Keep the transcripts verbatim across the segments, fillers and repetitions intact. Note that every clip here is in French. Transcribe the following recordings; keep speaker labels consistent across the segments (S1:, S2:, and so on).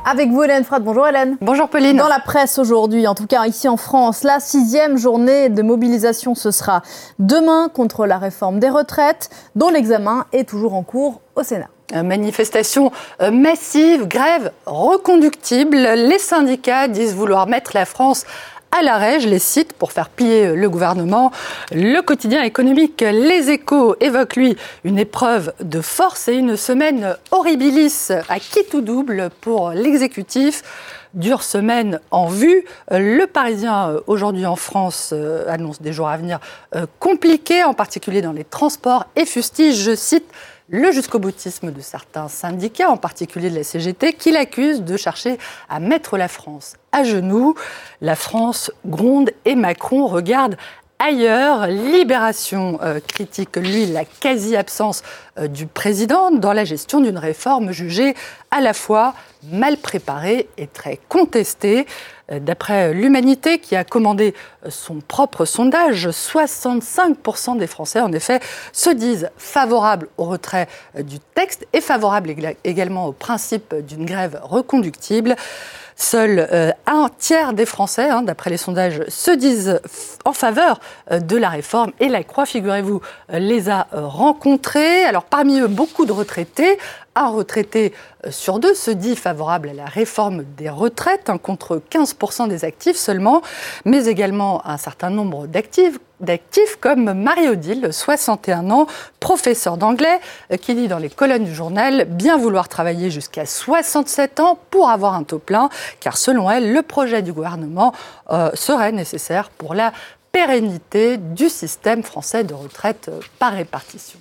S1: Avec vous, Hélène Frade. Bonjour Hélène.
S2: Bonjour Pauline.
S1: Dans la presse aujourd'hui, en tout cas ici en France, la sixième journée de mobilisation, ce sera demain contre la réforme des retraites, dont l'examen est toujours en cours au Sénat.
S2: Manifestation massive, grève reconductible. Les syndicats disent vouloir mettre la France à l'arrêt, je les cite, pour faire plier le gouvernement. Le quotidien économique Les Échos évoque, lui, une épreuve de force et une semaine horribilis à qui tout double pour l'exécutif. Dure semaine en vue. Le Parisien, aujourd'hui en France, annonce des jours à venir compliqués, en particulier dans les transports, et fustige, je cite, le jusqu'au-boutisme de certains syndicats, en particulier de la C G T, qui l'accusent de chercher à mettre la France à genoux. La France gronde et Macron regarde ailleurs. Libération euh, critique, lui, la quasi-absence euh, du président dans la gestion d'une réforme jugée à la fois mal préparée et très contestée. Euh, d'après l'Humanité, qui a commandé euh, son propre sondage, soixante-cinq pour cent des Français, en effet, se disent favorables au retrait euh, du texte et favorables ég- également au principe d'une grève reconductible. Seul euh, un tiers des Français, hein, d'après les sondages, se disent f- en faveur euh, de la réforme. Et la Croix, figurez-vous, euh, les a euh, rencontrés. Alors, parmi eux, beaucoup de retraités. Un retraité euh, sur deux se dit favorable à la réforme des retraites, hein, contre quinze pour cent des actifs seulement, mais également un certain nombre d'actifs, d'actifs comme Marie-Odile, soixante et un ans, professeure d'anglais, euh, qui dit dans les colonnes du journal bien vouloir travailler jusqu'à soixante-sept ans pour avoir un taux plein, car selon elle, le projet du gouvernement euh, serait nécessaire pour la pérennité du système français de retraite euh, par répartition.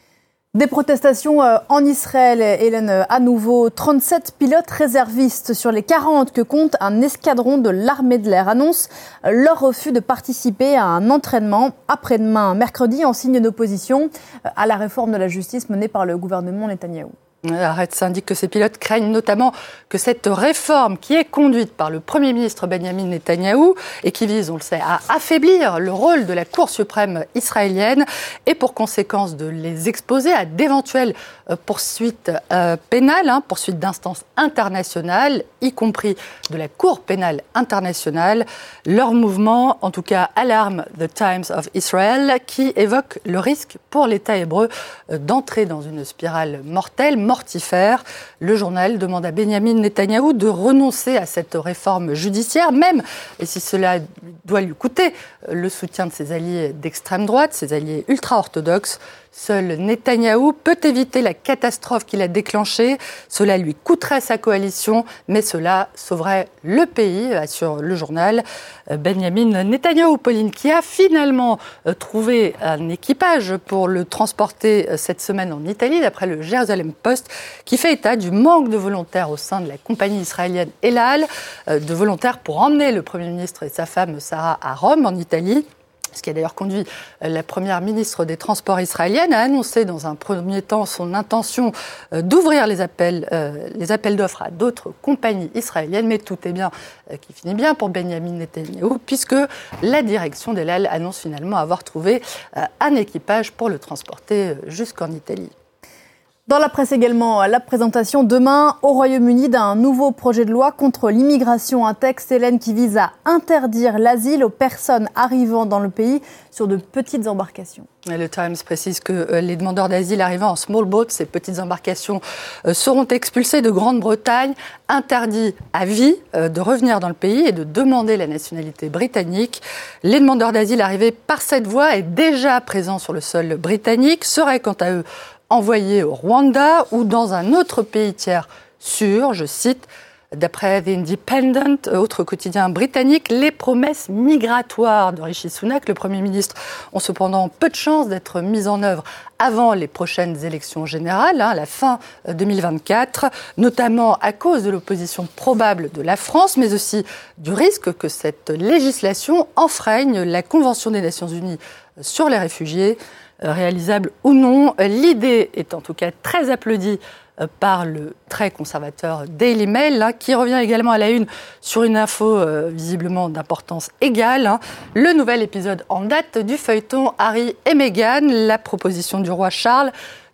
S1: Des protestations en Israël, Hélène, à nouveau. trente-sept pilotes réservistes sur les quarante que compte un escadron de l'armée de l'air annoncent leur refus de participer à un entraînement après-demain, mercredi, en signe d'opposition à la réforme de la justice menée par le gouvernement Netanyahou.
S2: Haaretz indique que ces pilotes craignent notamment que cette réforme qui est conduite par le Premier ministre Benyamin Netanyahou et qui vise, on le sait, à affaiblir le rôle de la Cour suprême israélienne ait pour conséquence de les exposer à d'éventuelles poursuites euh, pénales, hein, poursuites d'instances internationales, y compris de la Cour pénale internationale. Leur mouvement, en tout cas, alarme The Times of Israel, qui évoque le risque pour l'État hébreu d'entrer dans une spirale mortelle, mortifère. Le journal demande à Benyamin Netanyahou de renoncer à cette réforme judiciaire, même et si cela doit lui coûter le soutien de ses alliés d'extrême droite, ses alliés ultra-orthodoxes. Seul Netanyahou peut éviter la catastrophe qu'il a déclenchée. Cela lui coûterait sa coalition, mais cela sauverait le pays, assure le journal. Benyamin Netanyahou, Pauline, qui a finalement trouvé un équipage pour le transporter cette semaine en Italie, d'après le Jerusalem Post, qui fait état du manque de volontaires au sein de la compagnie israélienne El Al, de volontaires pour emmener le Premier ministre et sa femme Sarah à Rome, en Italie. Ce qui a d'ailleurs conduit la première ministre des Transports israélienne à annoncer dans un premier temps son intention d'ouvrir les appels, euh, les appels d'offres à d'autres compagnies israéliennes. Mais tout est bien euh, qui finit bien pour Benyamin Netanyahou, puisque la direction d'El Al annonce finalement avoir trouvé euh, un équipage pour le transporter jusqu'en Italie.
S1: Dans la presse également, la présentation demain au Royaume-Uni d'un nouveau projet de loi contre l'immigration. Un texte, Hélène, qui vise à interdire l'asile aux personnes arrivant dans le pays sur de petites embarcations.
S2: Le Times précise que les demandeurs d'asile arrivant en small boat, ces petites embarcations, seront expulsés de Grande-Bretagne, interdits à vie de revenir dans le pays et de demander la nationalité britannique. Les demandeurs d'asile arrivés par cette voie et déjà présents sur le sol britannique seraient quant à eux envoyés au Rwanda ou dans un autre pays tiers sûr, je cite, d'après The Independent, autre quotidien britannique, les promesses migratoires de Rishi Sunak, le Premier ministre, ont cependant peu de chances d'être mises en œuvre avant les prochaines élections générales, hein, à la fin deux mille vingt-quatre, notamment à cause de l'opposition probable de la France, mais aussi du risque que cette législation enfreigne la Convention des Nations Unies sur les réfugiés. Réalisable ou non, l'idée est en tout cas très applaudie par le très conservateur Daily Mail, hein, qui revient également à la une sur une info euh, visiblement d'importance égale. Hein. Le nouvel épisode en date du feuilleton Harry et Meghan, la proposition du roi Charles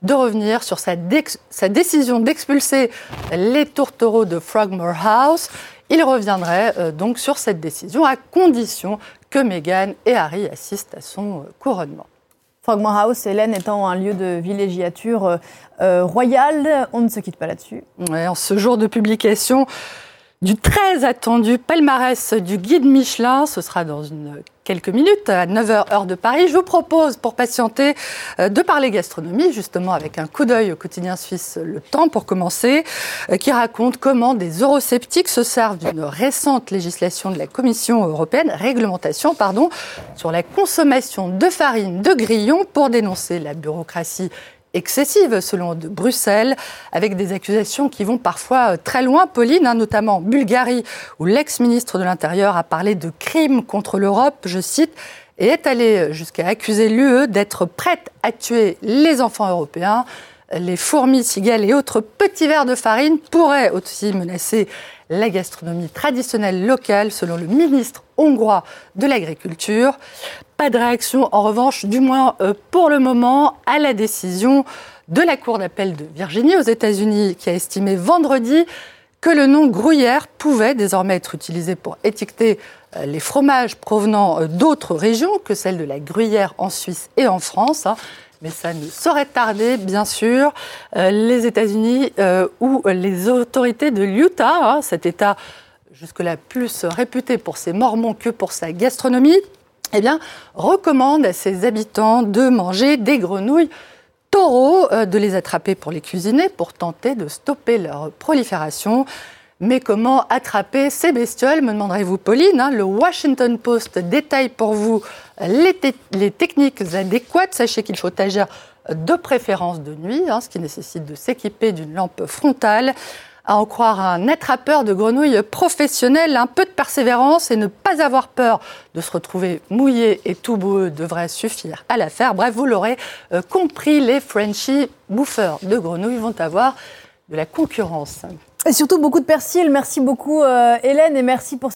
S2: de revenir sur sa, dex- sa décision d'expulser les tourtereaux de Frogmore House. Il reviendrait euh, donc sur cette décision à condition que Meghan et Harry assistent à son euh, couronnement.
S1: Frogmore House, Hélène, étant un lieu de villégiature euh, royale, on ne se quitte pas là-dessus.
S2: Ouais, en ce jour de publication du très attendu palmarès du guide Michelin, ce sera dans une, quelques minutes, à neuf heures heure de Paris. Je vous propose, pour patienter, euh, de parler gastronomie, justement avec un coup d'œil au quotidien suisse Le Temps, pour commencer, euh, qui raconte comment des eurosceptiques se servent d'une récente législation de la Commission européenne, réglementation, pardon, sur la consommation de farine de grillons pour dénoncer la bureaucratie excessive, selon de Bruxelles, avec des accusations qui vont parfois très loin, Pauline, hein, notamment en Bulgarie, où l'ex-ministre de l'Intérieur a parlé de crimes contre l'Europe, je cite, et est allé jusqu'à accuser l'U E d'être prête à tuer les enfants européens. Les fourmis, cigales et autres petits vers de farine pourraient aussi menacer la gastronomie traditionnelle locale, selon le ministre hongrois de l'Agriculture. Pas de réaction, en revanche, du moins euh, pour le moment, à la décision de la Cour d'appel de Virginie aux États-Unis, qui a estimé vendredi que le nom gruyère pouvait désormais être utilisé pour étiqueter euh, les fromages provenant euh, d'autres régions que celle de la gruyère en Suisse et en France. Hein. Mais ça ne saurait tarder, bien sûr, euh, les États-Unis euh, ou les autorités de l'Utah, hein, cet État jusque-là plus réputé pour ses mormons que pour sa gastronomie, eh bien, recommande à ses habitants de manger des grenouilles taureaux, euh, de les attraper pour les cuisiner, pour tenter de stopper leur prolifération. Mais comment attraper ces bestioles, me demanderez-vous, Pauline, hein, le Washington Post détaille pour vous les, te- les techniques adéquates. Sachez qu'il faut agir de préférence de nuit, hein, ce qui nécessite de s'équiper d'une lampe frontale. À en croire un attrapeur de grenouilles professionnel, un peu de persévérance et ne pas avoir peur de se retrouver mouillé et tout boueux devrait suffire à l'affaire. Bref, vous l'aurez euh, compris, les Frenchies bouffeurs de grenouilles vont avoir de la concurrence.
S1: Et surtout beaucoup de persil. Merci beaucoup euh, Hélène et merci pour